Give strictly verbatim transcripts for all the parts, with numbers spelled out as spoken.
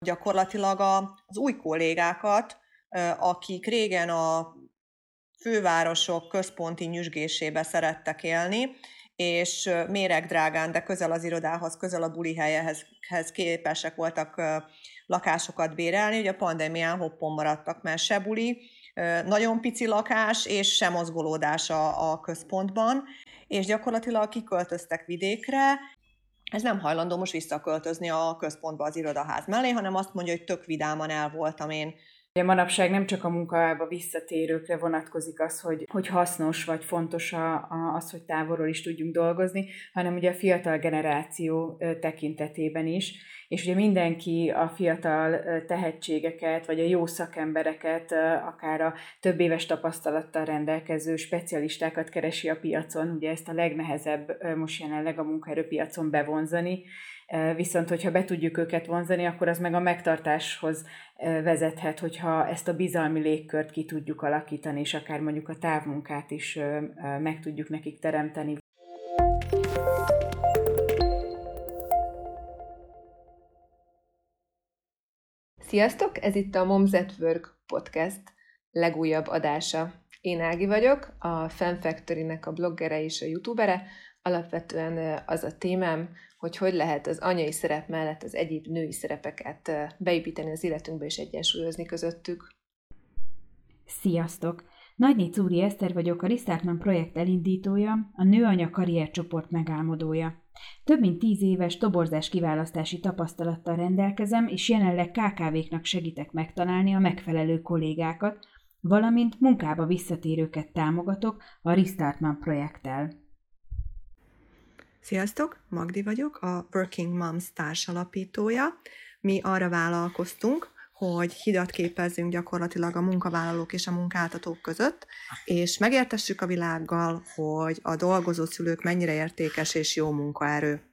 Gyakorlatilag az új kollégákat, akik régen a fővárosok központi nyüzsgésébe szerettek élni, és méregdrágán, de közel az irodához, közel a buli helyehez képesek voltak lakásokat bérelni. Ugye a pandémián hoppon maradtak, mert se buli, nagyon pici lakás, és se mozgolódás a, a központban, és gyakorlatilag kiköltöztek vidékre. Ez nem hajlandó most visszaköltözni a központba az irodaház mellé, hanem azt mondja, hogy tök vidáman el voltam én. Ugye manapság nem csak a munkába visszatérőkre vonatkozik az, hogy, hogy hasznos vagy fontos a, a, az, hogy távolról is tudjunk dolgozni, hanem ugye a fiatal generáció tekintetében is, és ugye mindenki a fiatal tehetségeket, vagy a jó szakembereket, akár a több éves tapasztalattal rendelkező specialistákat keresi a piacon, ugye ezt a legnehezebb most jelenleg a munkaerőpiacon bevonzani, viszont hogyha be tudjuk őket vonzani, akkor az meg a megtartáshoz vezethet, hogyha ezt a bizalmi légkört ki tudjuk alakítani, és akár mondjuk a távmunkát is meg tudjuk nekik teremteni. Sziasztok! Ez itt a Moms at Work podcast legújabb adása. Én Ági vagyok, a Fem Factory-nek a bloggere és a youtubere. Alapvetően az a témám, hogy hogy lehet az anyai szerep mellett az egyéb női szerepeket beépíteni az életünkbe és egyensúlyozni közöttük. Sziasztok! Nagyné Czúri Eszter vagyok, a Restartman projekt elindítója, a Nőanya karriercsoport megálmodója. Több mint tíz éves toborzás kiválasztási tapasztalattal rendelkezem, és jelenleg ká ká véknak segítek megtalálni a megfelelő kollégákat, valamint munkába visszatérőket támogatok a Restartman projekttel. Sziasztok! Magdi vagyok, a Working Moms társalapítója. Mi arra vállalkoztunk, hogy hidat képezzünk gyakorlatilag a munkavállalók és a munkáltatók között, és megértessük a világgal, hogy a dolgozó szülők mennyire értékes és jó munkaerő.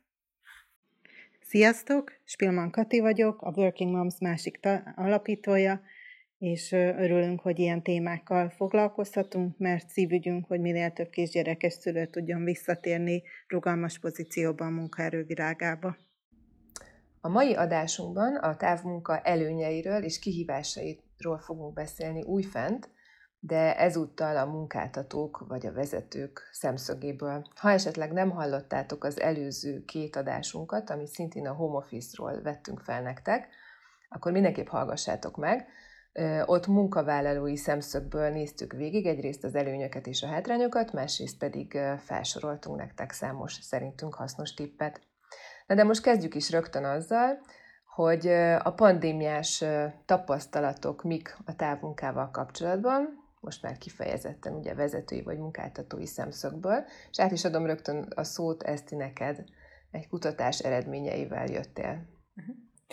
Sziasztok! Spilman Kati vagyok, a Working Moms másik ta- alapítója, és örülünk, hogy ilyen témákkal foglalkozhatunk, mert szívügyünk, hogy minél több kisgyerekes szülő tudjon visszatérni rugalmas pozícióban a munkaerővilágába. A mai adásunkban a távmunka előnyeiről és kihívásairól fogunk beszélni újfent, de ezúttal a munkáltatók vagy a vezetők szemszögéből. Ha esetleg nem hallottátok az előző két adásunkat, amit szintén a home office-ról vettünk fel nektek, akkor mindenképp hallgassátok meg. Ott munkavállalói szemszögből néztük végig egyrészt az előnyöket és a hátrányokat, másrészt pedig felsoroltunk nektek számos szerintünk hasznos tippet. Na de most kezdjük is rögtön azzal, hogy a pandémiás tapasztalatok mik a távmunkával kapcsolatban, most már kifejezetten ugye vezetői vagy munkáltatói szemszögből, és át is adom rögtön a szót, Eszti, neked. Egy kutatás eredményeivel jöttél. Uh-huh.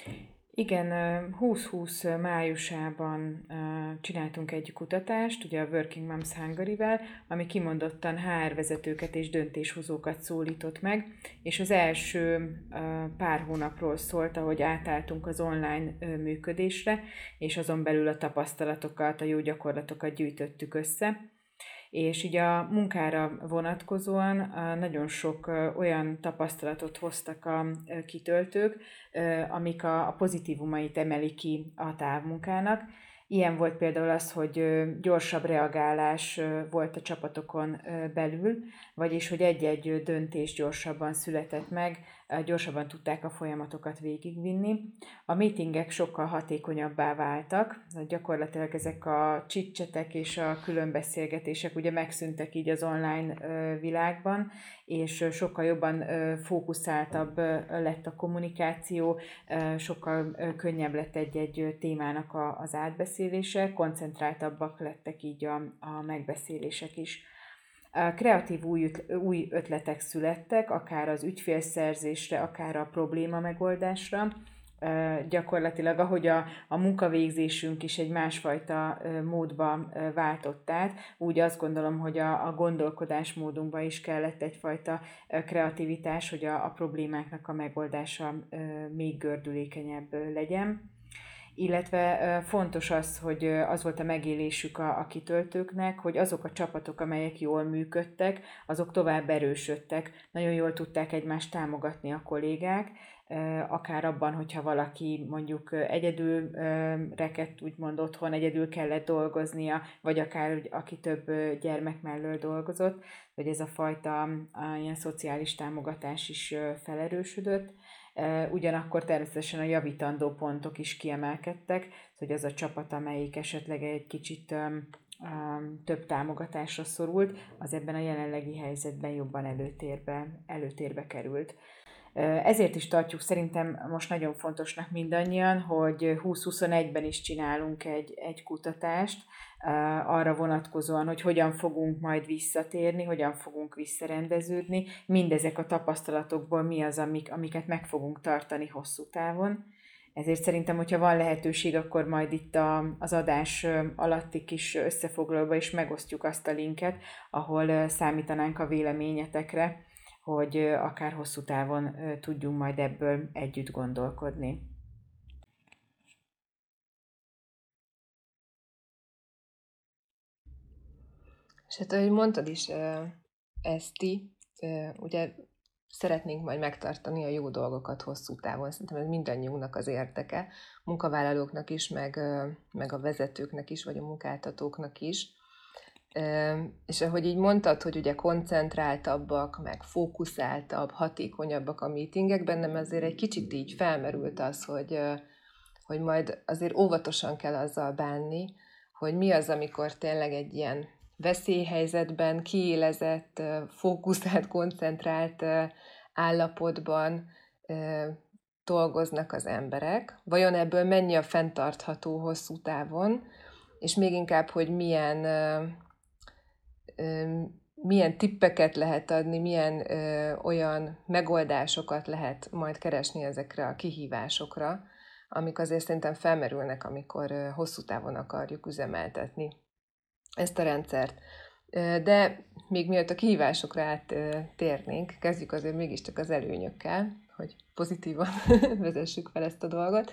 Igen, húsz-húsz májusában csináltunk egy kutatást, ugye a Working Moms Hungary-vel, ami kimondottan há er vezetőket és döntéshozókat szólított meg, és az első pár hónapról szólt, ahogy átálltunk az online működésre, és azon belül a tapasztalatokat, a jó gyakorlatokat gyűjtöttük össze. És így a munkára vonatkozóan nagyon sok olyan tapasztalatot hoztak a kitöltők, amik a pozitívumait emelik ki a távmunkának. Ilyen volt például az, hogy gyorsabb reagálás volt a csapatokon belül, vagyis hogy egy-egy döntés gyorsabban született meg, gyorsabban tudták a folyamatokat végigvinni. A meetingek sokkal hatékonyabbá váltak, gyakorlatilag ezek a chit-chatek és a különbeszélgetések ugye megszűntek így az online világban, és sokkal jobban fókuszáltabb lett a kommunikáció, sokkal könnyebb lett egy-egy témának az átbeszélése, koncentráltabbak lettek így a, a megbeszélések is. Kreatív új, új ötletek születtek, akár az ügyfélszerzésre, akár a probléma megoldásra. Gyakorlatilag, ahogy a, a munkavégzésünk is egy másfajta módba váltott át, úgy azt gondolom, hogy a, a gondolkodásmódunkban is kellett egyfajta kreativitás, hogy a, a problémáknak a megoldása még gördülékenyebb legyen. illetve fontos az, hogy az volt a megélésük a, a kitöltőknek, hogy azok a csapatok, amelyek jól működtek, azok tovább erősödtek, nagyon jól tudták egymást támogatni a kollégák, akár abban, hogyha valaki mondjuk egyedül rekedt, úgymond otthon, egyedül kellett dolgoznia, vagy akár aki több gyermek mellől dolgozott, hogy ez a fajta a, ilyen szociális támogatás is felerősödött. Ugyanakkor természetesen a javítandó pontok is kiemelkedtek, hogy az a csapat, amelyik esetleg egy kicsit um, um, több támogatásra szorult, az ebben a jelenlegi helyzetben jobban előtérbe, előtérbe került. Ezért is tartjuk szerintem most nagyon fontosnak mindannyian, hogy húsz-huszonegyben is csinálunk egy, egy kutatást arra vonatkozóan, hogy hogyan fogunk majd visszatérni, hogyan fogunk visszarendeződni, mindezek a tapasztalatokból mi az, amik, amiket meg fogunk tartani hosszú távon. Ezért szerintem, hogyha van lehetőség, akkor majd itt a, az adás alatti kis összefoglalóba is megosztjuk azt a linket, ahol számítanánk a véleményetekre, hogy akár hosszú távon tudjunk majd ebből együtt gondolkodni. És hát, ahogy mondtad is, Eszti, ugye szeretnénk majd megtartani a jó dolgokat hosszú távon. Szerintem ez mindannyiunknak az érdeke, munkavállalóknak is, meg, meg a vezetőknek is, vagy a munkáltatóknak is. És ahogy így mondtad, hogy ugye koncentráltabbak, meg fókuszáltabb, hatékonyabbak a meetingek, bennem azért egy kicsit így felmerült az, hogy, hogy majd azért óvatosan kell azzal bánni, hogy mi az, amikor tényleg egy ilyen veszélyhelyzetben, kiélezett, fókuszált, koncentrált állapotban dolgoznak az emberek. Vajon ebből mennyi a fenntartható hosszú távon, és még inkább, hogy milyen, milyen tippeket lehet adni, milyen olyan megoldásokat lehet majd keresni ezekre a kihívásokra, amik azért szerintem felmerülnek, amikor hosszú távon akarjuk üzemeltetni ezt a rendszert. De még mielőtt a kihívásokra áttérnénk, kezdjük azért mégiscsak az előnyökkel, hogy pozitívan vezessük fel ezt a dolgot,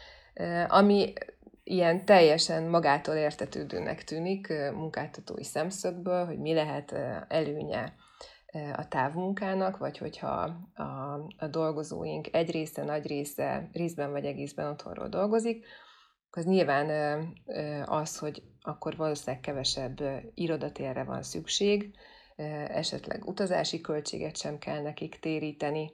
ami ilyen teljesen magától értetődőnek tűnik munkáltatói szemszögből, hogy mi lehet előnye a távmunkának, vagy hogyha a, a dolgozóink egy része, nagy része, részben vagy egészben otthonról dolgozik, az nyilván az, hogy akkor valószínűleg kevesebb irodatérre van szükség, esetleg utazási költséget sem kell nekik téríteni,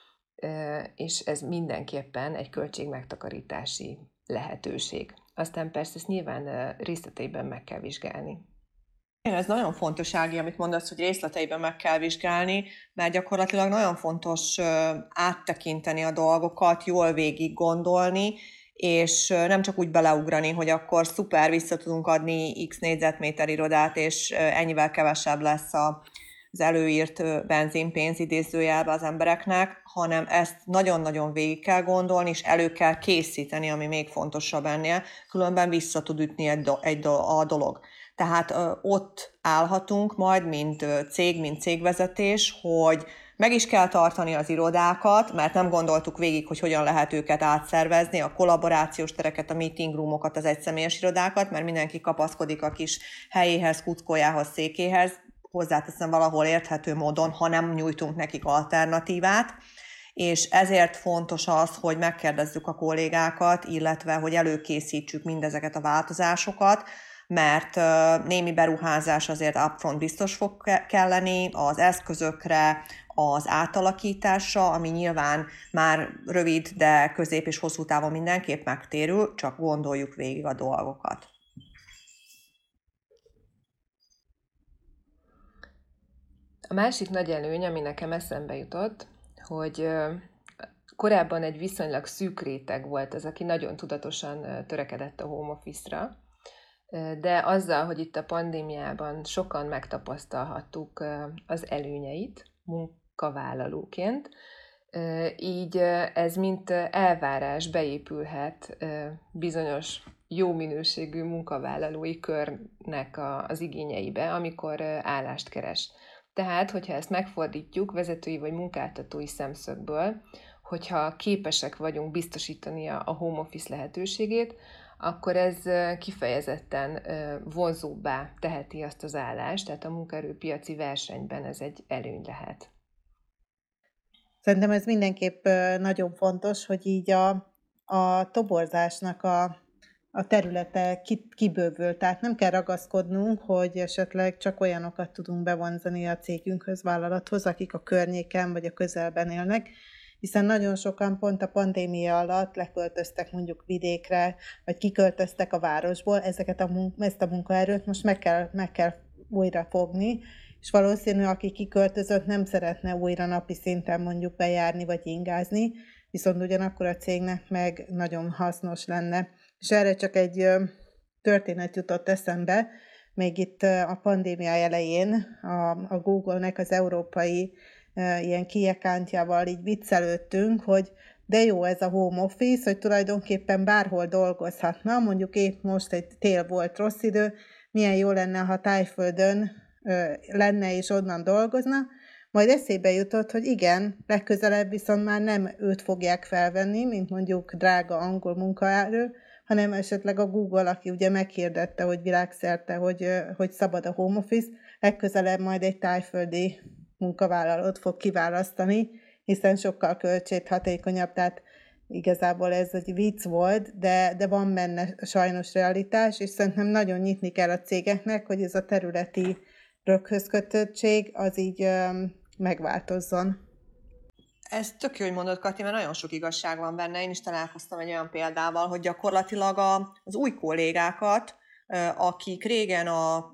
és ez mindenképpen egy költségmegtakarítási lehetőség. Aztán persze ezt nyilván részleteiben meg kell vizsgálni. Ez nagyon fontos, Ági, amit mondasz, hogy részleteiben meg kell vizsgálni, mert gyakorlatilag nagyon fontos áttekinteni a dolgokat, jól végig gondolni, és nem csak úgy beleugrani, hogy akkor szuper, vissza tudunk adni x négyzetméter irodát, és ennyivel kevesebb lesz az előírt benzinpénz idézőjelbe az embereknek, hanem ezt nagyon-nagyon végig kell gondolni, és elő kell készíteni, ami még fontosabb ennél, különben vissza tud ütni egy, do- egy do- a dolog. Tehát ö, ott állhatunk majd, mint ö, cég, mint cégvezetés, hogy meg is kell tartani az irodákat, mert nem gondoltuk végig, hogy hogyan lehet őket átszervezni, a kollaborációs tereket, a meeting roomokat, az egyszemélyes irodákat, mert mindenki kapaszkodik a kis helyéhez, kuckójához, székéhez, hozzáteszem valahol érthető módon, ha nem nyújtunk nekik alternatívát, és ezért fontos az, hogy megkérdezzük a kollégákat, illetve hogy előkészítsük mindezeket a változásokat, mert némi beruházás azért upfront biztos fog kelleni az eszközökre, az átalakításra, ami nyilván már rövid, de közép és hosszú távon mindenképp megtérül, csak gondoljuk végig a dolgokat. A másik nagy előny, ami nekem eszembe jutott, hogy korábban egy viszonylag szűk réteg volt az, aki nagyon tudatosan törekedett a home office-ra, de azzal, hogy itt a pandémiában sokan megtapasztalhattuk az előnyeit munkavállalóként, így ez mint elvárás beépülhet bizonyos jó minőségű munkavállalói körnek az igényeibe, amikor állást keres. Tehát, hogyha ezt megfordítjuk vezetői vagy munkáltatói szemszögből, hogyha képesek vagyunk biztosítani a home office lehetőségét, akkor ez kifejezetten vonzóbbá teheti azt az állást, tehát a munkaerőpiaci versenyben ez egy előny lehet. Szerintem ez mindenképp nagyon fontos, hogy így a, a toborzásnak a, a területe kibővül. Tehát nem kell ragaszkodnunk, hogy esetleg csak olyanokat tudunk bevonzani a cégünkhöz, vállalathoz, akik a környéken vagy a közelben élnek, hiszen nagyon sokan pont a pandémia alatt leköltöztek mondjuk vidékre, vagy kiköltöztek a városból, ezeket a mun- ezt a munkaerőt most meg kell, meg kell újra fogni, és valószínű, aki kiköltözött, nem szeretne újra napi szinten mondjuk bejárni vagy ingázni, viszont ugyanakkor a cégnek meg nagyon hasznos lenne. És erre csak egy történet jutott eszembe, még itt a pandémia elején a, a Google-nek az európai ilyen key accountjával így viccelődtünk, hogy de jó ez a home office, hogy tulajdonképpen bárhol dolgozhatna, mondjuk épp most egy tél volt, rossz idő, milyen jó lenne, ha Tájföldön lenne és onnan dolgozna, majd eszébe jutott, hogy igen, legközelebb viszont már nem őt fogják felvenni, mint mondjuk drága angol munkaerő, hanem esetleg a Google, aki ugye meghirdette, hogy világszerte, hogy, hogy szabad a home office, legközelebb majd egy tájföldi munkavállalót fog kiválasztani, hiszen sokkal költséghatékonyabb, tehát igazából ez egy vicc volt, de, de van benne sajnos realitás, és szerintem nagyon nyitni kell a cégeknek, hogy ez a területi röghöz kötöttség az így um, megváltozzon. Ez tök jó, hogy mondod, Kati, mert nagyon sok igazság van benne. Én is találkoztam egy olyan példával, hogy gyakorlatilag a, az új kollégákat, akik régen a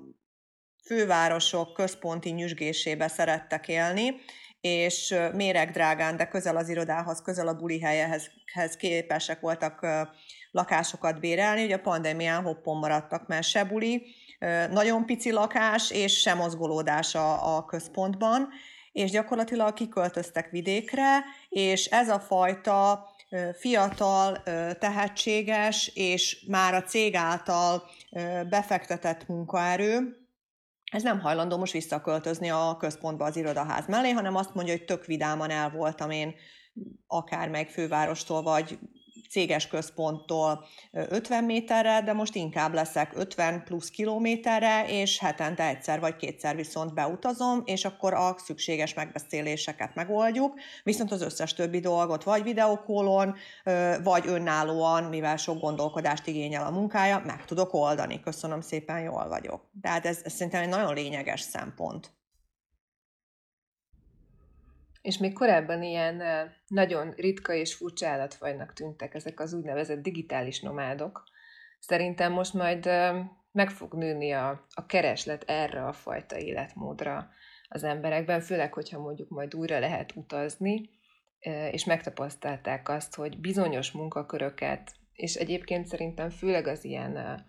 fővárosok központi nyüzsgésébe szerettek élni, és méregdrágán, de közel az irodához, közel a buli helyehez képesek voltak lakásokat bérelni, ugye a pandémián hoppon maradtak, mert se buli, nagyon pici lakás, és se mozgolódás a, a központban, és gyakorlatilag kiköltöztek vidékre, és ez a fajta fiatal, tehetséges, és már a cég által befektetett munkaerő, ez nem hajlandó most visszaköltözni a központba az irodaház mellé, hanem azt mondja, hogy tök vidáman el voltam én akár meg fővárostól, vagy céges központtól ötven méterre, de most inkább leszek ötven plusz kilométerre, és hetente egyszer vagy kétszer viszont beutazom, és akkor a szükséges megbeszéléseket megoldjuk, viszont az összes többi dolgot vagy videokólon, vagy önállóan, mivel sok gondolkodást igényel a munkája, meg tudok oldani. Köszönöm szépen, jól vagyok. Tehát ez, ez szerintem egy nagyon lényeges szempont. És még korábban ilyen nagyon ritka és furcsa állatfajnak tűntek ezek az úgynevezett digitális nomádok. Szerintem most majd meg fog nőni a, a kereslet erre a fajta életmódra az emberekben, főleg, hogyha mondjuk majd újra lehet utazni, és megtapasztalták azt, hogy bizonyos munkaköröket, és egyébként szerintem főleg az ilyen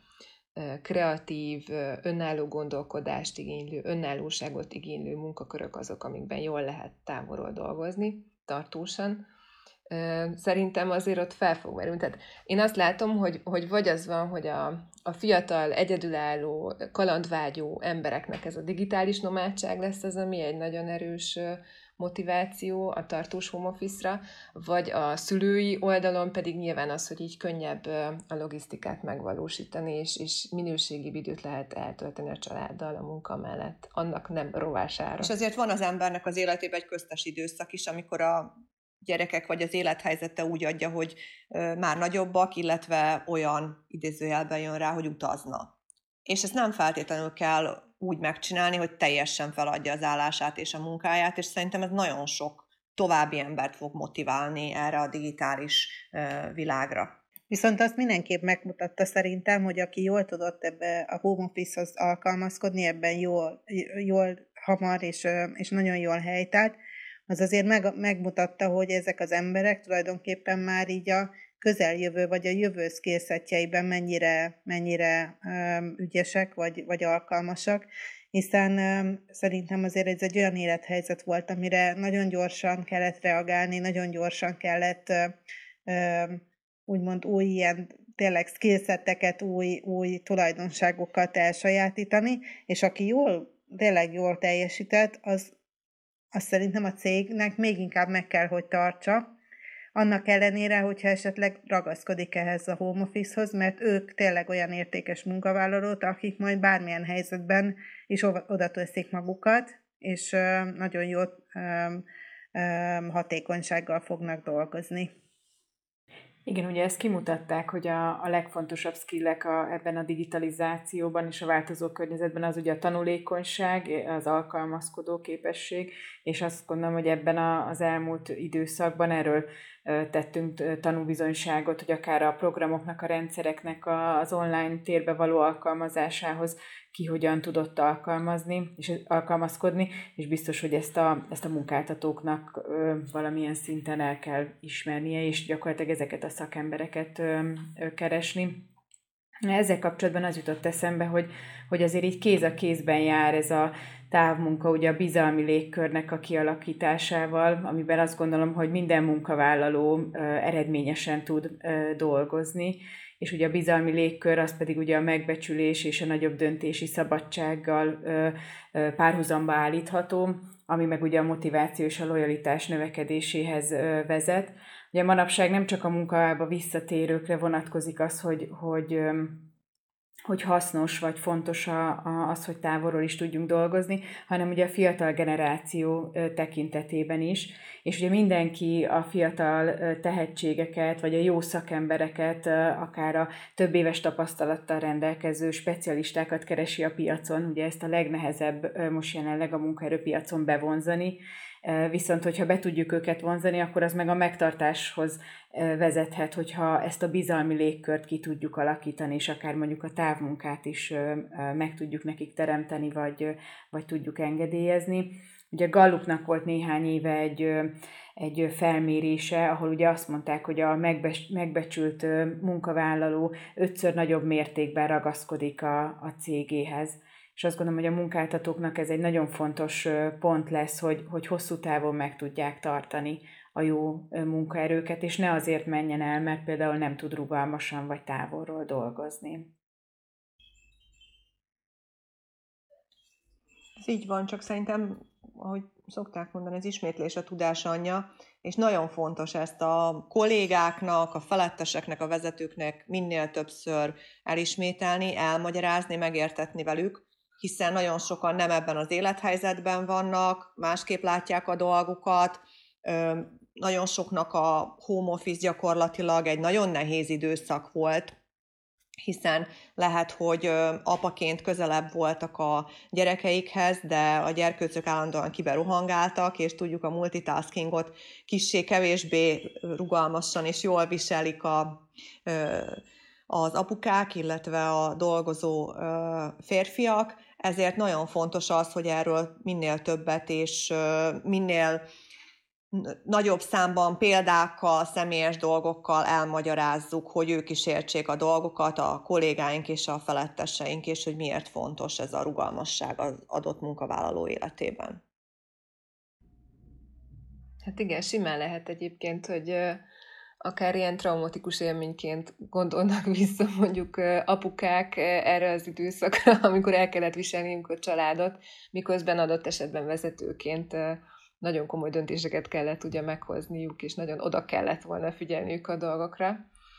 kreatív, önálló gondolkodást igénylő, önállóságot igénylő munkakörök azok, amikben jól lehet távolról dolgozni, tartósan. Szerintem azért ott fel fog merülni. Tehát én azt látom, hogy, hogy vagy az van, hogy a, a fiatal, egyedülálló, kalandvágyó embereknek ez a digitális nomádság lesz az, ami egy nagyon erős motiváció a tartós home office-ra, vagy a szülői oldalon pedig nyilván az, hogy így könnyebb a logisztikát megvalósítani, és, és minőségi időt lehet eltölteni a családdal a munka mellett, annak nem rovására. És azért van az embernek az életében egy köztes időszak is, amikor a gyerekek vagy az élethelyzete úgy adja, hogy már nagyobbak, illetve olyan idézőjelben jön rá, hogy utazna. És ezt nem feltétlenül kell úgy megcsinálni, hogy teljesen feladja az állását és a munkáját, és szerintem ez nagyon sok további embert fog motiválni erre a digitális világra. Viszont azt mindenképp megmutatta szerintem, hogy aki jól tudott ebbe a home office-hoz alkalmazkodni, ebben jól, jól hamar és, és nagyon jól helytált, az azért meg, megmutatta, hogy ezek az emberek tulajdonképpen már így a közeljövő vagy a jövő skillsetjeiben mennyire, mennyire um, ügyesek vagy, vagy alkalmasak, hiszen um, szerintem azért ez egy olyan élethelyzet volt, amire nagyon gyorsan kellett reagálni, nagyon gyorsan kellett uh, um, úgymond új ilyen tényleg skillseteket, új, új tulajdonságokat elsajátítani, és aki jól, tényleg jól teljesített, az azt szerintem a cégnek még inkább meg kell, hogy tartsa, annak ellenére, hogyha esetleg ragaszkodik ehhez a home office-hoz, mert ők tényleg olyan értékes munkavállalók, akik majd bármilyen helyzetben is oda teszik magukat, és nagyon jó hatékonysággal fognak dolgozni. Igen, ugye ezt kimutatták, hogy a, a legfontosabb skillek a, ebben a digitalizációban és a változó környezetben az ugye a tanulékonyság, az alkalmazkodó képesség, és azt gondolom, hogy ebben a, az elmúlt időszakban erről tettünk tanúbizonyságot, hogy akár a programoknak, a rendszereknek az online térbe való alkalmazásához ki hogyan tudott alkalmazni, és alkalmazkodni, és biztos, hogy ezt a, ezt a munkáltatóknak ö, valamilyen szinten el kell ismernie, és gyakorlatilag ezeket a szakembereket ö, ö, keresni. Ezzel kapcsolatban az jutott eszembe, hogy, hogy azért így kéz a kézben jár ez a távmunka, ugye a bizalmi légkörnek a kialakításával, amiben azt gondolom, hogy minden munkavállaló ö, eredményesen tud ö, dolgozni, és ugye a bizalmi légkör az pedig ugye a megbecsülés és a nagyobb döntési szabadsággal ö, ö, párhuzamba állítható, ami meg ugye a motiváció és a lojalitás növekedéséhez ö, vezet. Ugye manapság nem csak a munkába visszatérőkre vonatkozik az, hogy, hogy, ö, hogy hasznos vagy fontos a, a, az, hogy távolról is tudjunk dolgozni, hanem ugye a fiatal generáció ö, tekintetében is, és ugye mindenki a fiatal tehetségeket, vagy a jó szakembereket, akár a több éves tapasztalattal rendelkező specialistákat keresi a piacon, ugye ezt a legnehezebb most jelenleg a munkaerőpiacon bevonzani, viszont hogyha be tudjuk őket vonzani, akkor az meg a megtartáshoz vezethet, hogyha ezt a bizalmi légkört ki tudjuk alakítani, és akár mondjuk a távmunkát is meg tudjuk nekik teremteni, vagy, vagy tudjuk engedélyezni. Ugye Gallupnak volt néhány éve egy, egy felmérése, ahol ugye azt mondták, hogy a megbecsült munkavállaló ötször nagyobb mértékben ragaszkodik a, a cégéhez. És azt gondolom, hogy a munkáltatóknak ez egy nagyon fontos pont lesz, hogy, hogy hosszú távon meg tudják tartani a jó munkaerőket, és ne azért menjen el, mert például nem tud rugalmasan vagy távolról dolgozni. Ez így van, csak szerintem, ahogy szokták mondani, az ismétlés a tudás anyja, és nagyon fontos ezt a kollégáknak, a feletteseknek, a vezetőknek minél többször elismételni, elmagyarázni, megértetni velük, hiszen nagyon sokan nem ebben az élethelyzetben vannak, másképp látják a dolgukat, nagyon soknak a home office gyakorlatilag egy nagyon nehéz időszak volt, hiszen lehet, hogy apaként közelebb voltak a gyerekeikhez, de a gyerkőcök állandóan kiberuhangáltak, és tudjuk a multitaskingot kissé-kevésbé rugalmasan és jól viselik a, az apukák, illetve a dolgozó férfiak, ezért nagyon fontos az, hogy erről minél többet és minél nagyobb számban példákkal, személyes dolgokkal elmagyarázzuk, hogy ők is értsék a dolgokat, a kollégáink és a feletteseink, és hogy miért fontos ez a rugalmasság az adott munkavállaló életében. Hát igen, simán lehet egyébként, hogy akár ilyen traumatikus élményként gondolnak vissza mondjuk apukák erre az időszakra, amikor el kellett viselniük a családot, miközben adott esetben vezetőként nagyon komoly döntéseket kellett ugye meghozniuk, és nagyon oda kellett volna figyelniük a dolgokra.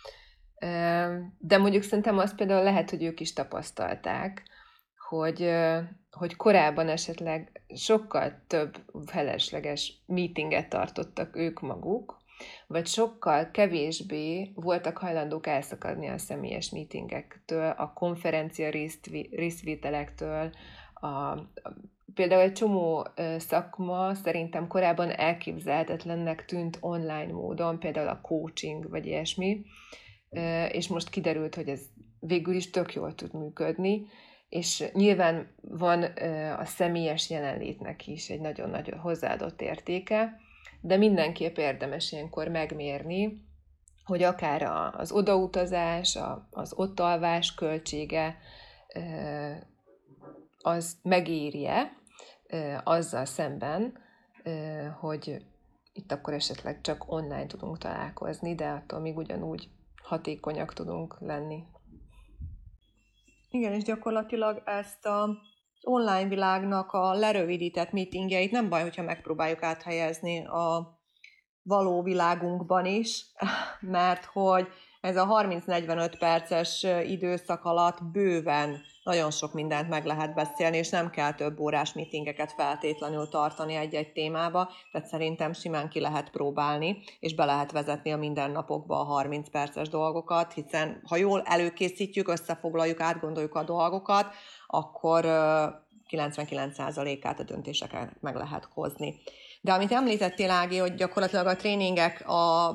De mondjuk szerintem azt például lehet, hogy ők is tapasztalták, hogy, hogy korábban esetleg sokkal több felesleges meetinget tartottak ők maguk, vagy sokkal kevésbé voltak hajlandók elszakadni a személyes meetingektől, a konferencia részvételektől, a, a például egy csomó szakma szerintem korábban elképzelhetetlennek tűnt online módon, például a coaching vagy ilyesmi, és most kiderült, hogy ez végül is tök jól tud működni, és nyilván van a személyes jelenlétnek is egy nagyon nagy hozzáadott értéke, de mindenképp érdemes ilyenkor megmérni, hogy akár az odautazás, az ott alvás költsége, az megérje azzal szemben, hogy itt akkor esetleg csak online tudunk találkozni, de attól még ugyanúgy hatékonyak tudunk lenni. Igen, és gyakorlatilag ezt az online világnak a lerövidített meetingjeit nem baj, hogyha megpróbáljuk áthelyezni a való világunkban is, mert hogy ez a harminc-negyvenöt perces időszak alatt bőven nagyon sok mindent meg lehet beszélni, és nem kell több órás meetingeket feltétlenül tartani egy-egy témába, tehát szerintem simán ki lehet próbálni, és be lehet vezetni a mindennapokba a harminc perces dolgokat, hiszen ha jól előkészítjük, összefoglaljuk, átgondoljuk a dolgokat, akkor kilencvenkilenc százalékát a döntéseket meg lehet hozni. De amit említettél, Ági, hogy gyakorlatilag a tréningek a...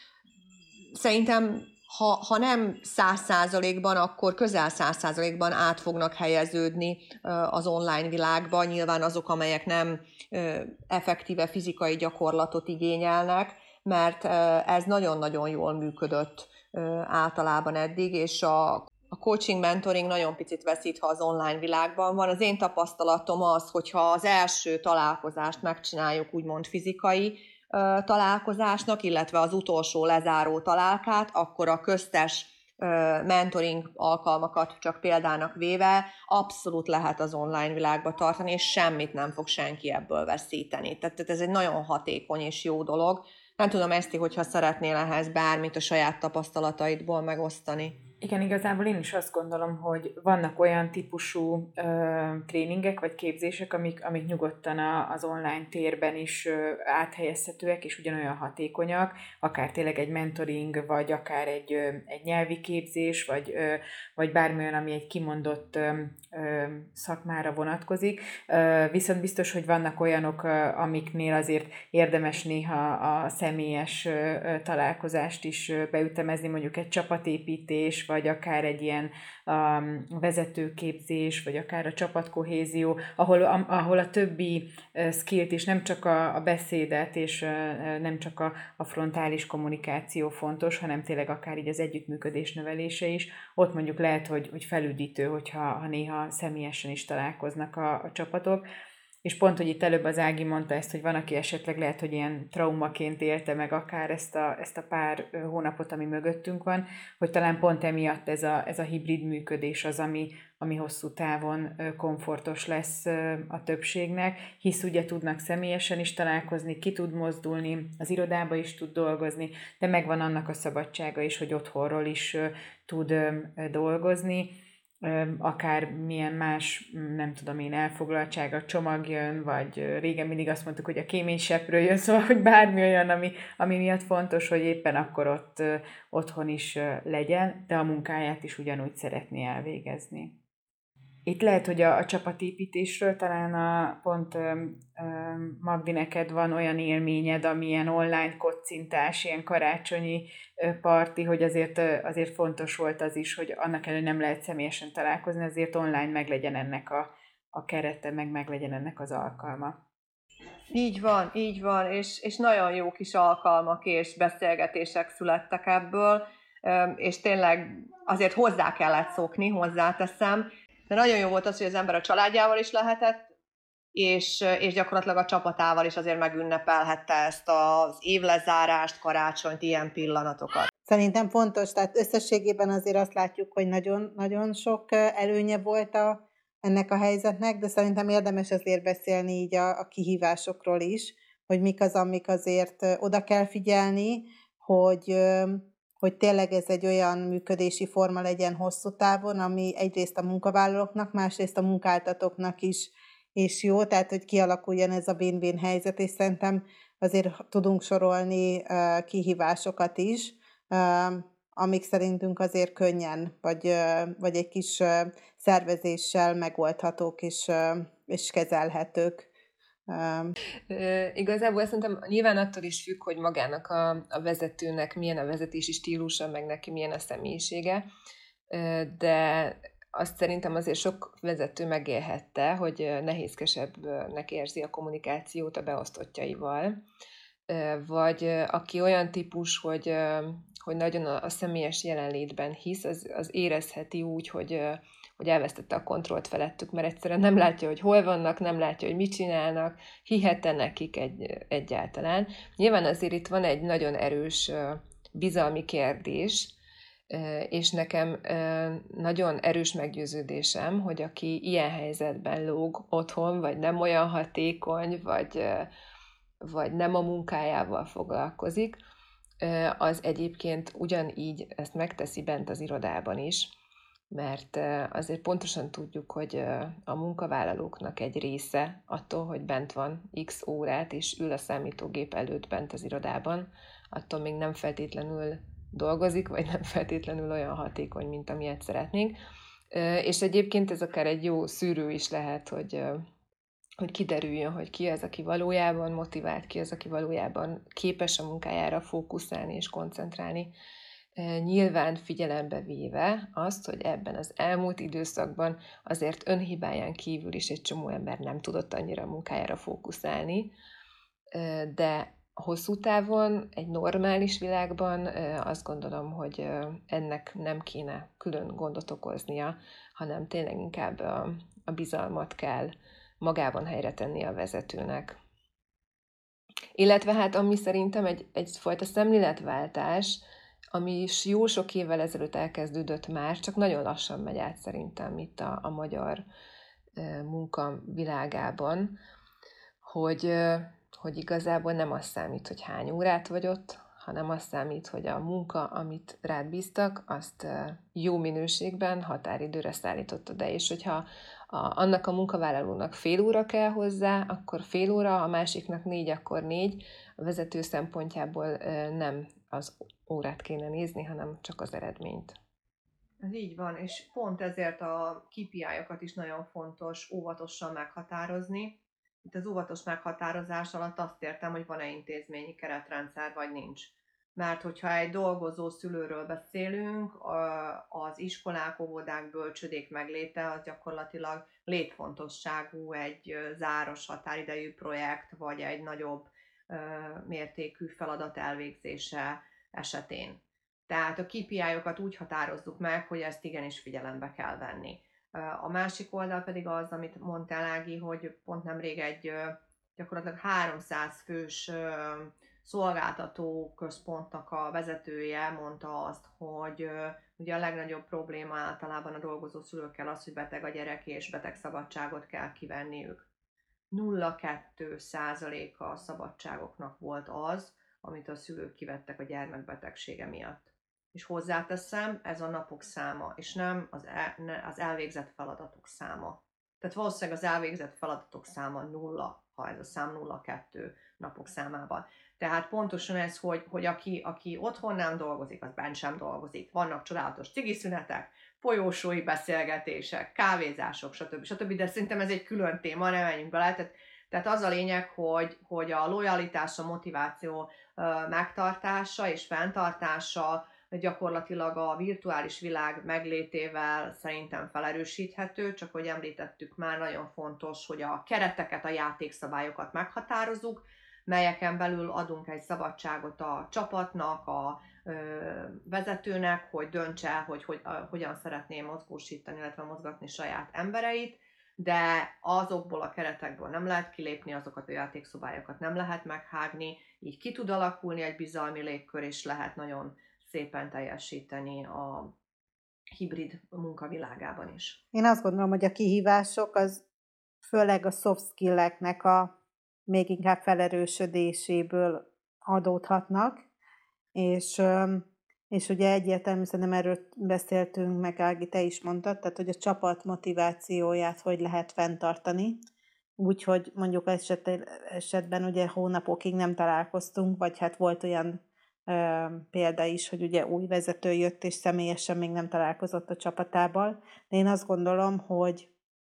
szerintem Ha, ha nem száz százalékban, akkor közel száz százalékban át fognak helyeződni az online világba. Nyilván azok, amelyek nem effektíve fizikai gyakorlatot igényelnek, mert ez nagyon-nagyon jól működött általában eddig, és a, a coaching, mentoring nagyon picit veszít, ha az online világban van. Az én tapasztalatom az, hogyha az első találkozást megcsináljuk úgymond fizikai találkozásnak, illetve az utolsó lezáró találkát, akkor a köztes mentoring alkalmakat csak példának véve abszolút lehet az online világba tartani, és semmit nem fog senki ebből veszíteni. Tehát ez egy nagyon hatékony és jó dolog. Nem tudom, Eszti, hogyha szeretnél ehhez bármit a saját tapasztalataidból megosztani. Igen, igazából én is azt gondolom, hogy vannak olyan típusú ö, tréningek vagy képzések, amik, amik nyugodtan a, az online térben is ö, áthelyezhetőek, és ugyanolyan hatékonyak, akár tényleg egy mentoring, vagy akár egy, ö, egy nyelvi képzés, vagy, ö, vagy bármi olyan, ami egy kimondott ö, ö, szakmára vonatkozik. Ö, viszont biztos, hogy vannak olyanok, ö, amiknél azért érdemes néha a személyes ö, találkozást is ö, beütemezni, mondjuk egy csapatépítés, vagy akár egy ilyen um, vezetőképzés, vagy akár a csapatkohézió, ahol a, ahol a többi uh, skillt is, nem csak a, a beszédet, és uh, nem csak a, a frontális kommunikáció fontos, hanem tényleg akár így az együttműködés növelése is. Ott mondjuk lehet, hogy, hogy felüdítő, hogyha ha néha személyesen is találkoznak a, a csapatok. És pont, hogy itt előbb az Ági mondta ezt, hogy van, aki esetleg lehet, hogy ilyen traumaként élte meg akár ezt a, ezt a pár hónapot, ami mögöttünk van, hogy talán pont emiatt ez a, ez a hibrid működés az, ami, ami hosszú távon komfortos lesz a többségnek, hisz ugye tudnak személyesen is találkozni, ki tud mozdulni, az irodába is tud dolgozni, de megvan annak a szabadsága is, hogy otthonról is tud dolgozni, akár milyen más, nem tudom én, elfoglaltsága, csomag jön, vagy régen mindig azt mondtuk, hogy a kéményseprő jön, szóval, hogy bármi olyan, ami, ami miatt fontos, hogy éppen akkor ott otthon is legyen, de a munkáját is ugyanúgy szeretné elvégezni. Itt lehet, hogy a, a csapatépítésről talán a, pont ö, ö, Magdi, neked van olyan élményed, ami ilyen online kocintás, ilyen karácsonyi ö, parti, hogy azért, ö, azért fontos volt az is, hogy annak ellenére nem lehet személyesen találkozni, azért online meglegyen ennek a, a kerete, meg meglegyen ennek az alkalma. Így van, így van, és, és nagyon jó kis alkalmak és beszélgetések születtek ebből, és tényleg azért hozzá kellett szokni, hozzáteszem, de nagyon jó volt az, hogy az ember a családjával is lehetett, és, és gyakorlatilag a csapatával is azért megünnepelhette ezt az évlezárást, karácsonyt, ilyen pillanatokat. Szerintem fontos, tehát összességében azért azt látjuk, hogy nagyon, nagyon sok előnye volt a, ennek a helyzetnek, de szerintem érdemes azért beszélni így a, a kihívásokról is, hogy mik az, amik azért oda kell figyelni, hogy... hogy tényleg ez egy olyan működési forma legyen hosszú távon, ami egyrészt a munkavállalóknak, másrészt a munkáltatóknak is, is jó, tehát hogy kialakuljon ez a win-win helyzet, és szerintem azért tudunk sorolni uh, kihívásokat is, uh, amik szerintünk azért könnyen, vagy, uh, vagy egy kis uh, szervezéssel megoldhatók és, uh, és kezelhetők. Um. E, igazából szerintem nyilván attól is függ, hogy magának a, a vezetőnek milyen a vezetési stílusa, meg neki milyen a személyisége, e, de azt szerintem azért sok vezető megélhette, hogy nehézkesebbnek érzi a kommunikációt a beosztottjaival, e, vagy aki olyan típus, hogy, hogy nagyon a, a személyes jelenlétben hisz, az, az érezheti úgy, hogy hogy elvesztette a kontrollt felettük, mert egyszerűen nem látja, hogy hol vannak, nem látja, hogy mit csinálnak, hihet-e nekik egy, egyáltalán. Nyilván azért itt van egy nagyon erős bizalmi kérdés, és nekem nagyon erős meggyőződésem, hogy aki ilyen helyzetben lóg otthon, vagy nem olyan hatékony, vagy, vagy nem a munkájával foglalkozik, az egyébként ugyanígy ezt megteszi bent az irodában is, mert azért pontosan tudjuk, hogy a munkavállalóknak egy része attól, hogy bent van x órát, és ül a számítógép előtt bent az irodában, attól még nem feltétlenül dolgozik, vagy nem feltétlenül olyan hatékony, mint amilyet szeretnénk. És egyébként ez akár egy jó szűrő is lehet, hogy, hogy kiderüljön, hogy ki az, aki valójában motivált, ki az, aki valójában képes a munkájára fókuszálni és koncentrálni. Nyilván figyelembe véve azt, hogy ebben az elmúlt időszakban azért önhibáján kívül is egy csomó ember nem tudott annyira a munkájára fókuszálni, de hosszú távon, egy normális világban azt gondolom, hogy ennek nem kéne külön gondot okoznia, hanem tényleg inkább a, a bizalmat kell magában helyre tenni a vezetőnek. Illetve hát ami szerintem egy, egyfajta szemléletváltás, ami is jó sok évvel ezelőtt elkezdődött már, csak nagyon lassan megy át szerintem itt a, a magyar munka világában, hogy, hogy igazából nem az számít, hogy hány órát vagy ott, hanem az számít, hogy a munka, amit rád bíztak, azt jó minőségben határidőre szállítottad el, és hogyha a, annak a munkavállalónak fél óra kell hozzá, akkor fél óra, a másiknak négy, akkor négy. A vezető szempontjából nem az órát kéne nézni, hanem csak az eredményt. Ez így van, és pont ezért a ká pé í-okat is nagyon fontos óvatosan meghatározni. Itt az óvatos meghatározás alatt azt értem, hogy van-e intézményi keretrendszer, vagy nincs. Mert hogyha egy dolgozó szülőről beszélünk, az iskolák, óvodák, bölcsödék megléte az gyakorlatilag létfontosságú egy záros határidejű projekt, vagy egy nagyobb mértékű feladat elvégzése esetén. Tehát a ká pé í-okat úgy határozzuk meg, hogy ezt igenis figyelembe kell venni. A másik oldal pedig az, amit mondtál, Ági, hogy pont nemrég egy gyakorlatilag háromszáz fős szolgáltató központnak a vezetője mondta azt, hogy ugye a legnagyobb probléma általában a dolgozó szülőkkel az, hogy beteg a gyerek és beteg szabadságot kell kivenniük. nulla egész kettő százaléka a szabadságoknak volt az, amit a szülők kivettek a gyermekbetegsége miatt. És hozzáteszem, ez a napok száma, és nem az, el, ne, az elvégzett feladatok száma. Tehát valószínűleg az elvégzett feladatok száma nulla, ha ez a szám nulla egész kettő napok számában. Tehát pontosan ez, hogy, hogy aki, aki otthon nem dolgozik, az bent sem dolgozik. Vannak csodálatos cigiszünetek, folyósói beszélgetések, kávézások, stb. stb. De szerintem ez egy külön téma, ne menjünk bele. Tehát, tehát az a lényeg, hogy, hogy a lojalitás, a motiváció megtartása és fenntartása gyakorlatilag a virtuális világ meglétével szerintem felerősíthető, csak hogy említettük már, nagyon fontos, hogy a kereteket, a játékszabályokat meghatározzuk, melyeken belül adunk egy szabadságot a csapatnak, a ö, vezetőnek, hogy döntse, hogy, hogy a, hogyan szeretné mozgósítani, illetve mozgatni saját embereit, de azokból a keretekből nem lehet kilépni, azokat a játékszabályokat nem lehet meghágni, így ki tud alakulni egy bizalmi légkör, és lehet nagyon szépen teljesíteni a hibrid munkavilágában is. Én azt gondolom, hogy a kihívások az főleg a soft skill-eknek a még inkább felerősödéséből adódhatnak, és, és ugye egyértelműen szerintem erről beszéltünk, meg Ági, te is mondtad, tehát hogy a csapat motivációját hogy lehet fenntartani, úgyhogy mondjuk eset, esetben ugye hónapokig nem találkoztunk, vagy hát volt olyan ö, példa is, hogy ugye új vezető jött, és személyesen még nem találkozott a csapatával, de én azt gondolom, hogy,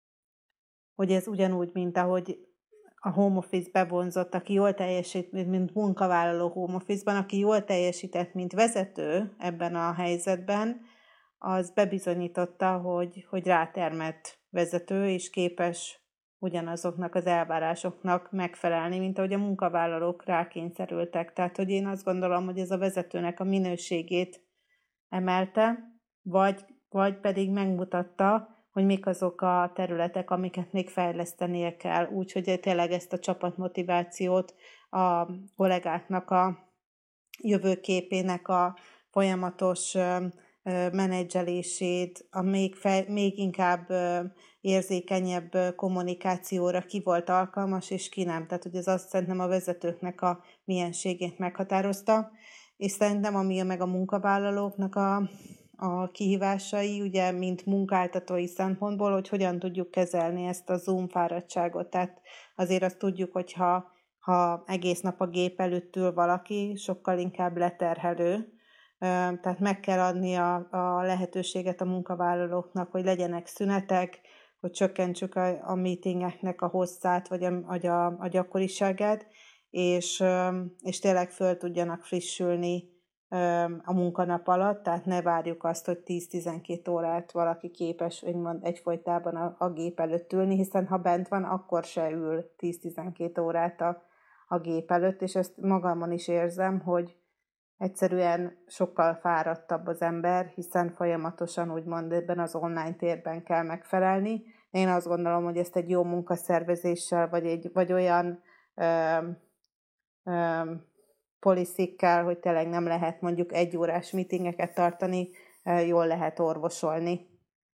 hogy ez ugyanúgy, mint ahogy a home office bevonzott, aki jól teljesít, mint munkavállaló home office-ban, aki jól teljesített, mint vezető ebben a helyzetben, az bebizonyította, hogy, hogy rátermett vezető, és képes ugyanazoknak az elvárásoknak megfelelni, mint ahogy a munkavállalók rákényszerültek. Tehát, hogy én azt gondolom, hogy ez a vezetőnek a minőségét emelte, vagy, vagy pedig megmutatta, hogy mik azok a területek, amiket még fejlesztenie kell. Úgyhogy tényleg ezt a csapatmotivációt, a kollégáknak a jövőképének a folyamatos menedzselését, a még, fe, még inkább érzékenyebb kommunikációra ki volt alkalmas, és ki nem. Tehát, hogy ez azt szerintem a vezetőknek a mienségét meghatározta, és szerintem ami meg a munkavállalóknak a, a kihívásai, ugye, mint munkáltatói szempontból, hogy hogyan tudjuk kezelni ezt a Zoom fáradtságot. Tehát azért azt tudjuk, hogyha ha egész nap a gép előtt ül valaki, sokkal inkább leterhelő. Tehát meg kell adni a, a lehetőséget a munkavállalóknak, hogy legyenek szünetek, hogy csökkentsük a, a meetingeknek a hosszát, vagy a, a, a gyakoriságát, és, és tényleg föl tudjanak frissülni a munkanap alatt, tehát ne várjuk azt, hogy tíz-tizenkét órát valaki képes egyfolytában a, a gép előtt ülni, hiszen ha bent van, akkor se ül tíz-tizenkét órát a, a gép előtt, és ezt magamon is érzem, hogy egyszerűen sokkal fáradtabb az ember, hiszen folyamatosan úgymond ebben az online térben kell megfelelni. Én azt gondolom, hogy ezt egy jó munkaszervezéssel, vagy, egy, vagy olyan ö, ö, policy-kkel, hogy tényleg nem lehet mondjuk egy órás meetingeket tartani, ö, jól lehet orvosolni.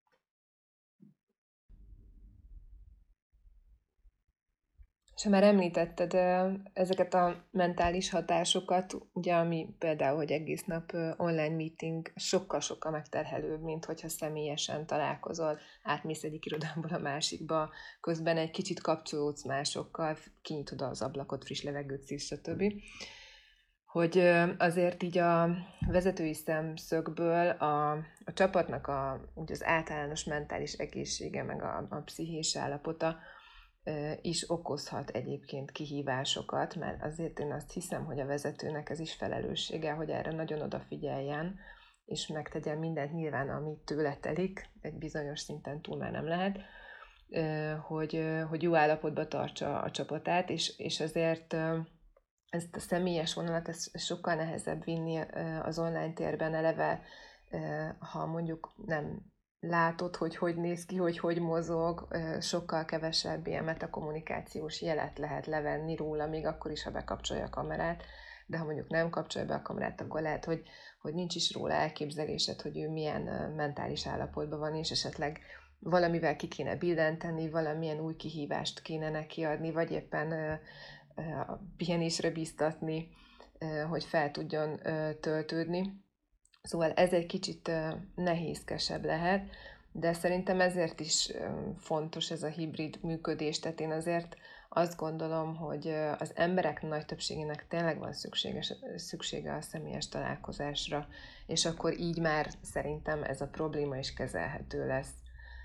És már említetted ezeket a mentális hatásokat, ugye, ami például, hogy egész nap online meeting sokkal-sokkal megterhelőbb, mint hogyha személyesen találkozol, átmész egyik irodából a másikba, közben egy kicsit kapcsolódsz másokkal, kinyitod az ablakot, friss levegőt szívsz, stb. Hogy azért így a vezetői szemszögből a, a csapatnak a, ugye az általános mentális egészsége, meg a, a pszichés állapota is okozhat egyébként kihívásokat, mert azért én azt hiszem, hogy a vezetőnek ez is felelőssége, hogy erre nagyon odafigyeljen, és megtegyen mindent nyilván, amit tőle telik, egy bizonyos szinten túl már nem lehet, hogy, hogy jó állapotba tartsa a csapatát, és, és azért ezt a személyes vonalat ezt sokkal nehezebb vinni az online térben eleve, ha mondjuk nem látod, hogy hogy néz ki, hogy hogy mozog, sokkal kevesebb ilyen metakommunikációs jelet lehet levenni róla, még akkor is, ha bekapcsolja a kamerát, de ha mondjuk nem kapcsolja be a kamerát, akkor lehet, hogy, hogy nincs is róla elképzelésed, hogy ő milyen mentális állapotban van, és esetleg valamivel ki kéne billenteni, valamilyen új kihívást kéne neki adni, vagy éppen a pihenésre bíztatni, hogy fel tudjon töltődni. Szóval ez egy kicsit nehézkesebb lehet, de szerintem ezért is fontos ez a hibrid működés. Tehát én azért azt gondolom, hogy az emberek nagy többségének tényleg van szükséges, szüksége a személyes találkozásra, és akkor így már szerintem ez a probléma is kezelhető lesz.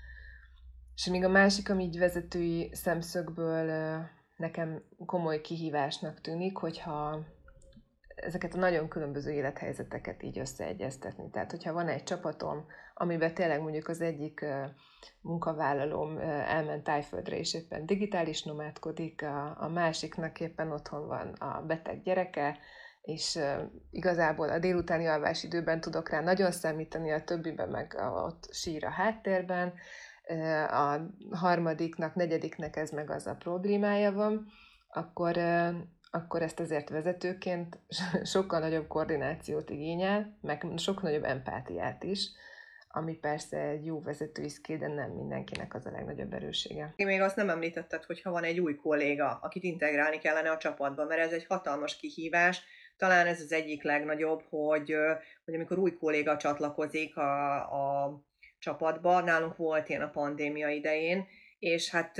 És még a másik, ami így vezetői szemszögből nekem komoly kihívásnak tűnik, hogyha ezeket a nagyon különböző élethelyzeteket így összeegyeztetni. Tehát, hogyha van egy csapatom, amiben tényleg mondjuk az egyik munkavállalóm elment Tájföldre, és éppen digitális nomádkodik, a, a másiknak éppen otthon van a beteg gyereke, és igazából a délutáni alvásidőben tudok rá nagyon számítani, a többiben meg ott sír a háttérben, a harmadiknak, negyediknek ez meg az a problémája van, akkor akkor ezt azért vezetőként sokkal nagyobb koordinációt igényel, meg sokkal nagyobb empátiát is, ami persze egy jó vezetői skill, de nem mindenkinek az a legnagyobb erőssége. Én még azt nem említetted, hogy ha van egy új kolléga, akit integrálni kellene a csapatba, mert ez egy hatalmas kihívás. Talán ez az egyik legnagyobb, hogy, hogy amikor új kolléga csatlakozik a, a csapatba, nálunk volt ilyen a pandémia idején, és hát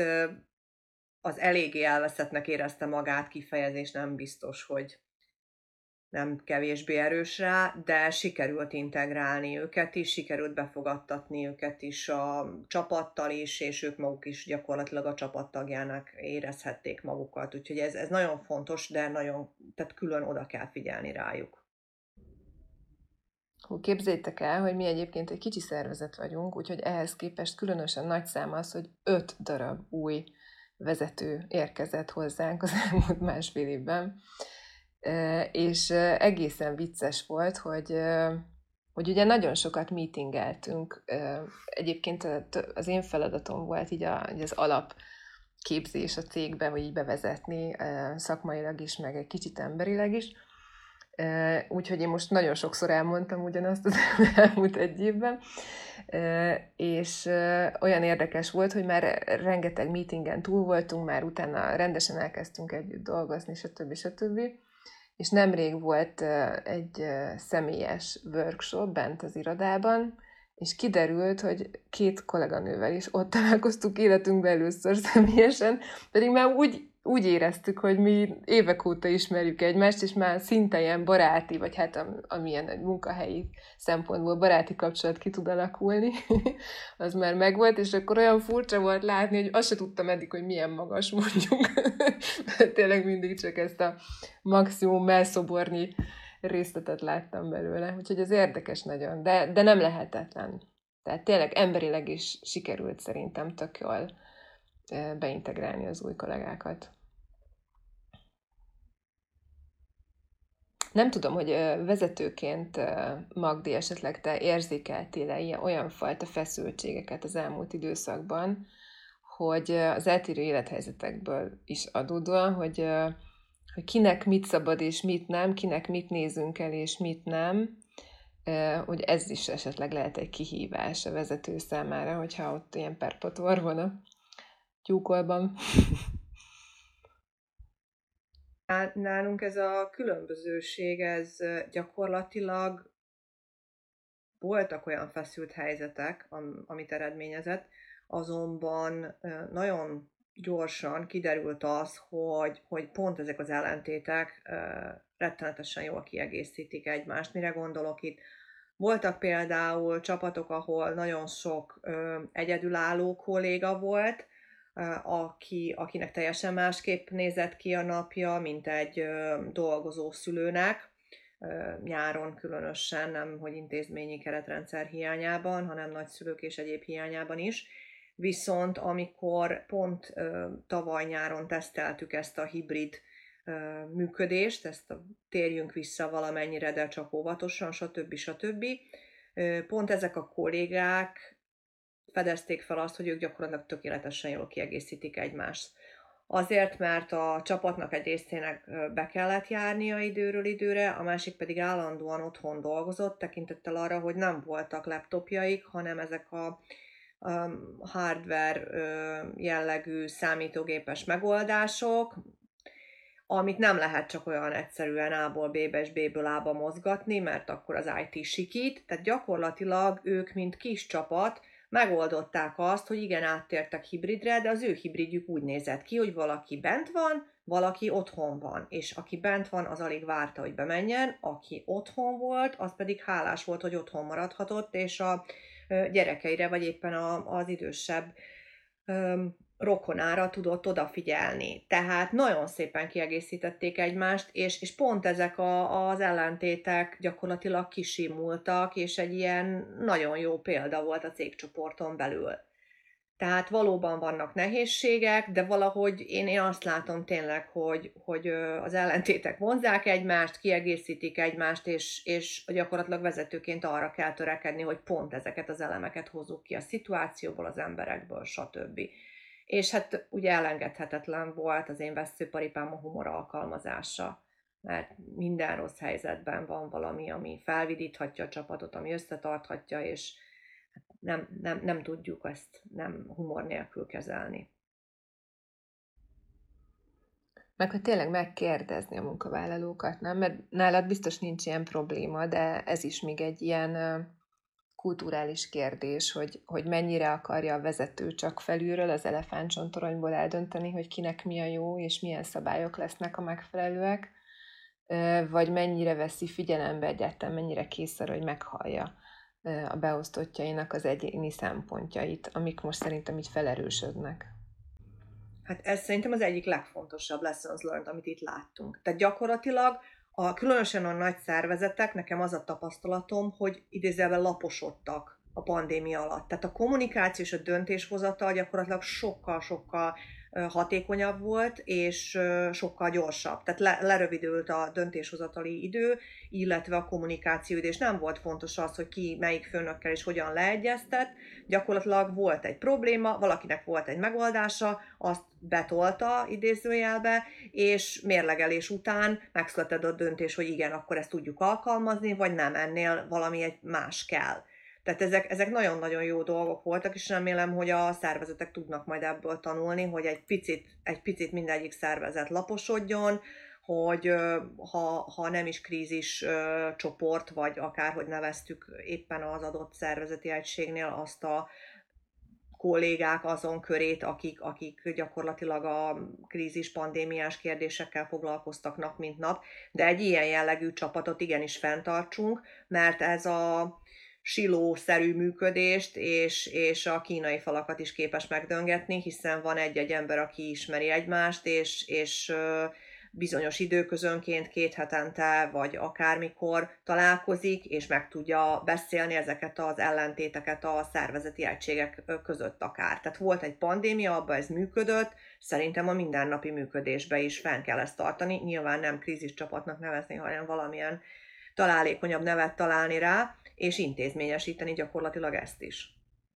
az eléggé elveszettnek érezte magát, kifejezés nem biztos, hogy nem kevésbé erős rá, de sikerült integrálni őket is, sikerült befogadtatni őket is a csapattal is, és ők maguk is gyakorlatilag a csapattagjának érezhették magukat. Úgyhogy ez, ez nagyon fontos, de nagyon, tehát külön oda kell figyelni rájuk. Hú, képzeljétek el, hogy mi egyébként egy kicsi szervezet vagyunk, úgyhogy ehhez képest különösen nagy szám az, hogy öt darab új vezető érkezett hozzánk az elmúlt másfél évben, és egészen vicces volt, hogy, hogy ugye nagyon sokat meetingeltünk. Egyébként az én feladatom volt így az alapképzés a cégbe, vagy így bevezetni szakmailag is, meg egy kicsit emberileg is, Úgyhogy én most nagyon sokszor elmondtam ugyanazt az elmúlt egy évben, és olyan érdekes volt, hogy már rengeteg meetingen túl voltunk, már utána rendesen elkezdtünk együtt dolgozni, stb. stb. És nemrég volt egy személyes workshop bent az irodában, és kiderült, hogy két kolléganővel is ott találkoztuk életünkben először személyesen, pedig már úgy, úgy éreztük, hogy mi évek óta ismerjük egymást, és már szinte ilyen baráti, vagy hát amilyen egy munkahelyi szempontból baráti kapcsolat ki tud alakulni, az már megvolt, és akkor olyan furcsa volt látni, hogy azt se tudtam eddig, hogy milyen magas mondjuk. Tényleg mindig csak ezt a maximum melszobornyi részletet láttam belőle, úgyhogy ez érdekes nagyon, de, de nem lehetetlen. Tehát tényleg emberileg is sikerült szerintem tök jól beintegrálni az új kollégákat. Nem tudom, hogy vezetőként, Magdi, esetleg te érzékeltél-e ilyen, olyan fajta feszültségeket az elmúlt időszakban, hogy az eltérő élethelyzetekből is adódóan, hogy hogy kinek mit szabad és mit nem, kinek mit nézünk el és mit nem, hogy ez is esetleg lehet egy kihívás a vezető számára, hogyha ott ilyen perpetuar van a tyúkolban. Nálunk ez a különbözőség, ez gyakorlatilag voltak olyan feszült helyzetek, amit eredményezett, azonban nagyon gyorsan kiderült az, hogy, hogy pont ezek az ellentétek uh, rettenetesen jól kiegészítik egymást. Mire gondolok itt? Voltak például csapatok, ahol nagyon sok uh, egyedülálló kolléga volt, uh, aki, akinek teljesen másképp nézett ki a napja, mint egy uh, dolgozó szülőnek. Uh, nyáron különösen, nem hogy intézményi keretrendszer hiányában, hanem nagyszülők és egyéb hiányában is. Viszont amikor pont ö, tavaly nyáron teszteltük ezt a hibrid ö, működést, ezt a térjünk vissza valamennyire, de csak óvatosan, stb. stb. Ö, pont ezek a kollégák fedezték fel azt, hogy ők gyakorlatilag tökéletesen jól kiegészítik egymást. Azért, mert a csapatnak egy részének be kellett járnia időről időre, a másik pedig állandóan otthon dolgozott, tekintettel arra, hogy nem voltak laptopjaik, hanem ezek a Um, hardware uh, jellegű számítógépes megoldások, amit nem lehet csak olyan egyszerűen A-ból B-be és B-ből A-ba mozgatni, mert akkor az i té sikít, tehát gyakorlatilag ők, mint kis csapat, megoldották azt, hogy igen, áttértek hibridre, de az ő hibridjük úgy nézett ki, hogy valaki bent van, valaki otthon van, és aki bent van, az alig várta, hogy bemenjen, aki otthon volt, az pedig hálás volt, hogy otthon maradhatott, és a gyerekeire, vagy éppen az idősebb rokonára tudott odafigyelni. Tehát nagyon szépen kiegészítették egymást, és, és pont ezek a, az ellentétek gyakorlatilag kisimultak, és egy ilyen nagyon jó példa volt a cégcsoporton belül. Tehát valóban vannak nehézségek, de valahogy én, én azt látom tényleg, hogy, hogy az ellentétek vonzzák egymást, kiegészítik egymást, és, és gyakorlatilag vezetőként arra kell törekedni, hogy pont ezeket az elemeket hozzuk ki a szituációból, az emberekből, stb. És hát ugye elengedhetetlen volt az én vesszőparipám a humor alkalmazása, mert minden rossz helyzetben van valami, ami felvidíthatja a csapatot, ami összetarthatja, és nem, nem, nem tudjuk ezt nem humor nélkül kezelni. Meg hogy tényleg megkérdezni a munkavállalókat, nem? Mert nálad biztos nincs ilyen probléma, de ez is még egy ilyen kulturális kérdés, hogy, hogy mennyire akarja a vezető csak felülről az elefántcsontoronyból eldönteni, hogy kinek mi a jó, és milyen szabályok lesznek a megfelelőek, vagy mennyire veszi figyelembe egyáltalán, mennyire kész arra, hogy meghallja a beosztottjainak az egyéni szempontjait, amik most szerintem így felerősödnek. Hát ez szerintem az egyik legfontosabb lessons learned, amit itt láttunk. Tehát gyakorlatilag a, különösen a nagy szervezetek, nekem az a tapasztalatom, hogy idézőjelben laposodtak a pandémia alatt. Tehát a kommunikáció és a döntéshozatal gyakorlatilag sokkal-sokkal hatékonyabb volt, és sokkal gyorsabb. Tehát le, lerövidült a döntéshozatali idő, illetve a kommunikáció idő, és nem volt fontos az, hogy ki melyik főnökkel és hogyan leegyeztet. Gyakorlatilag volt egy probléma, valakinek volt egy megoldása, azt betolta idézőjelbe, és mérlegelés után megszületett a döntés, hogy igen, akkor ezt tudjuk alkalmazni, vagy nem, ennél valami egy más kell. Tehát ezek, ezek nagyon-nagyon jó dolgok voltak, és remélem, hogy a szervezetek tudnak majd ebből tanulni, hogy egy picit, egy picit mindegyik szervezet laposodjon, hogy ha, ha nem is krízis csoport, vagy akárhogy neveztük éppen az adott szervezeti egységnél azt a kollégák azon körét, akik, akik gyakorlatilag a krízis pandémiás kérdésekkel foglalkoztak nap mint nap, de egy ilyen jellegű csapatot igenis fenntartsunk, mert ez a silószerű működést és, és a kínai falakat is képes megdöngetni, hiszen van egy-egy ember, aki ismeri egymást, és, és bizonyos időközönként, két hetente, vagy akármikor találkozik, és meg tudja beszélni ezeket az ellentéteket a szervezeti egységek között akár. Tehát volt egy pandémia, abban ez működött, szerintem a mindennapi működésbe is fenn kell ezt tartani. Nyilván nem kríziscsapatnak nevezni, hanem valamilyen találékonyabb nevet találni rá, és intézményesíteni gyakorlatilag ezt is.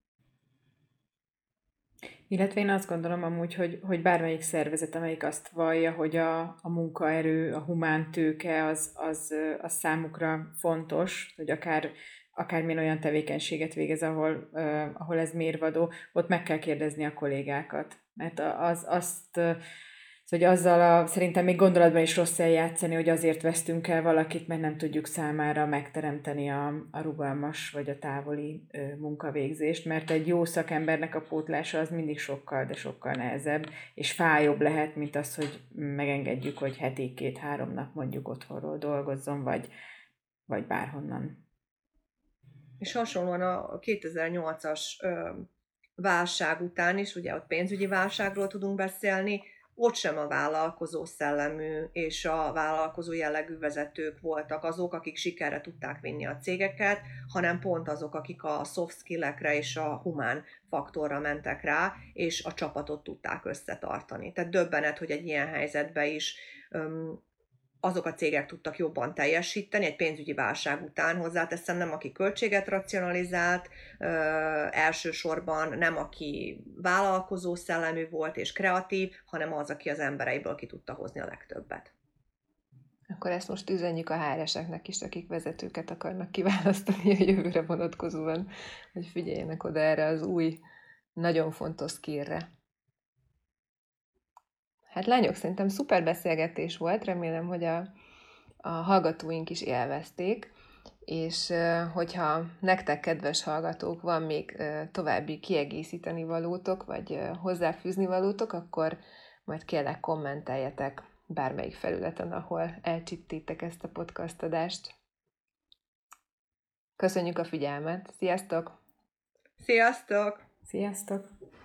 Illetve én azt gondolom amúgy, hogy, hogy bármelyik szervezet, amelyik azt vallja, hogy a, a munkaerő, a humántőke az, az, az számukra fontos, hogy akár, akármilyen olyan tevékenységet végez, ahol, uh, ahol ez mérvadó, ott meg kell kérdezni a kollégákat. Mert az, azt... hogy azzal a, szerintem még gondolatban is rossz eljátszani, hogy azért vesztünk el valakit, mert nem tudjuk számára megteremteni a, a rugalmas vagy a távoli ö, munkavégzést, mert egy jó szakembernek a pótlása az mindig sokkal, de sokkal nehezebb, és fájóbb lehet, mint az, hogy megengedjük, hogy heti két-három nap mondjuk otthonról dolgozzon, vagy, vagy bárhonnan. És hasonlóan a kétezer-nyolcas ö, válság után is, ugye ott pénzügyi válságról tudunk beszélni, ott sem a vállalkozó szellemű és a vállalkozó jellegű vezetők voltak azok, akik sikerre tudták vinni a cégeket, hanem pont azok, akik a soft skill-ekre és a humán faktorra mentek rá, és a csapatot tudták összetartani. Tehát döbbenet, hogy egy ilyen helyzetben is öm, azok a cégek tudtak jobban teljesíteni, egy pénzügyi válság után hozzáteszem, nem aki költséget racionalizált, ö, elsősorban nem aki vállalkozó szellemű volt és kreatív, hanem az, aki az embereiből ki tudta hozni a legtöbbet. Akkor ezt most üzenjük a há er eseknek is, akik vezetőket akarnak kiválasztani a jövőre vonatkozóan, hogy figyeljenek oda erre az új, nagyon fontos skillre. Hát lányok, szerintem szuper beszélgetés volt, remélem, hogy a, a hallgatóink is élvezték, és hogyha nektek, kedves hallgatók, van még további kiegészíteni valótok, vagy hozzáfűzni valótok, akkor majd kérlek kommenteljetek bármelyik felületen, ahol elcsíptétek ezt a podcast adást. Köszönjük a figyelmet! Sziasztok! Sziasztok! Sziasztok!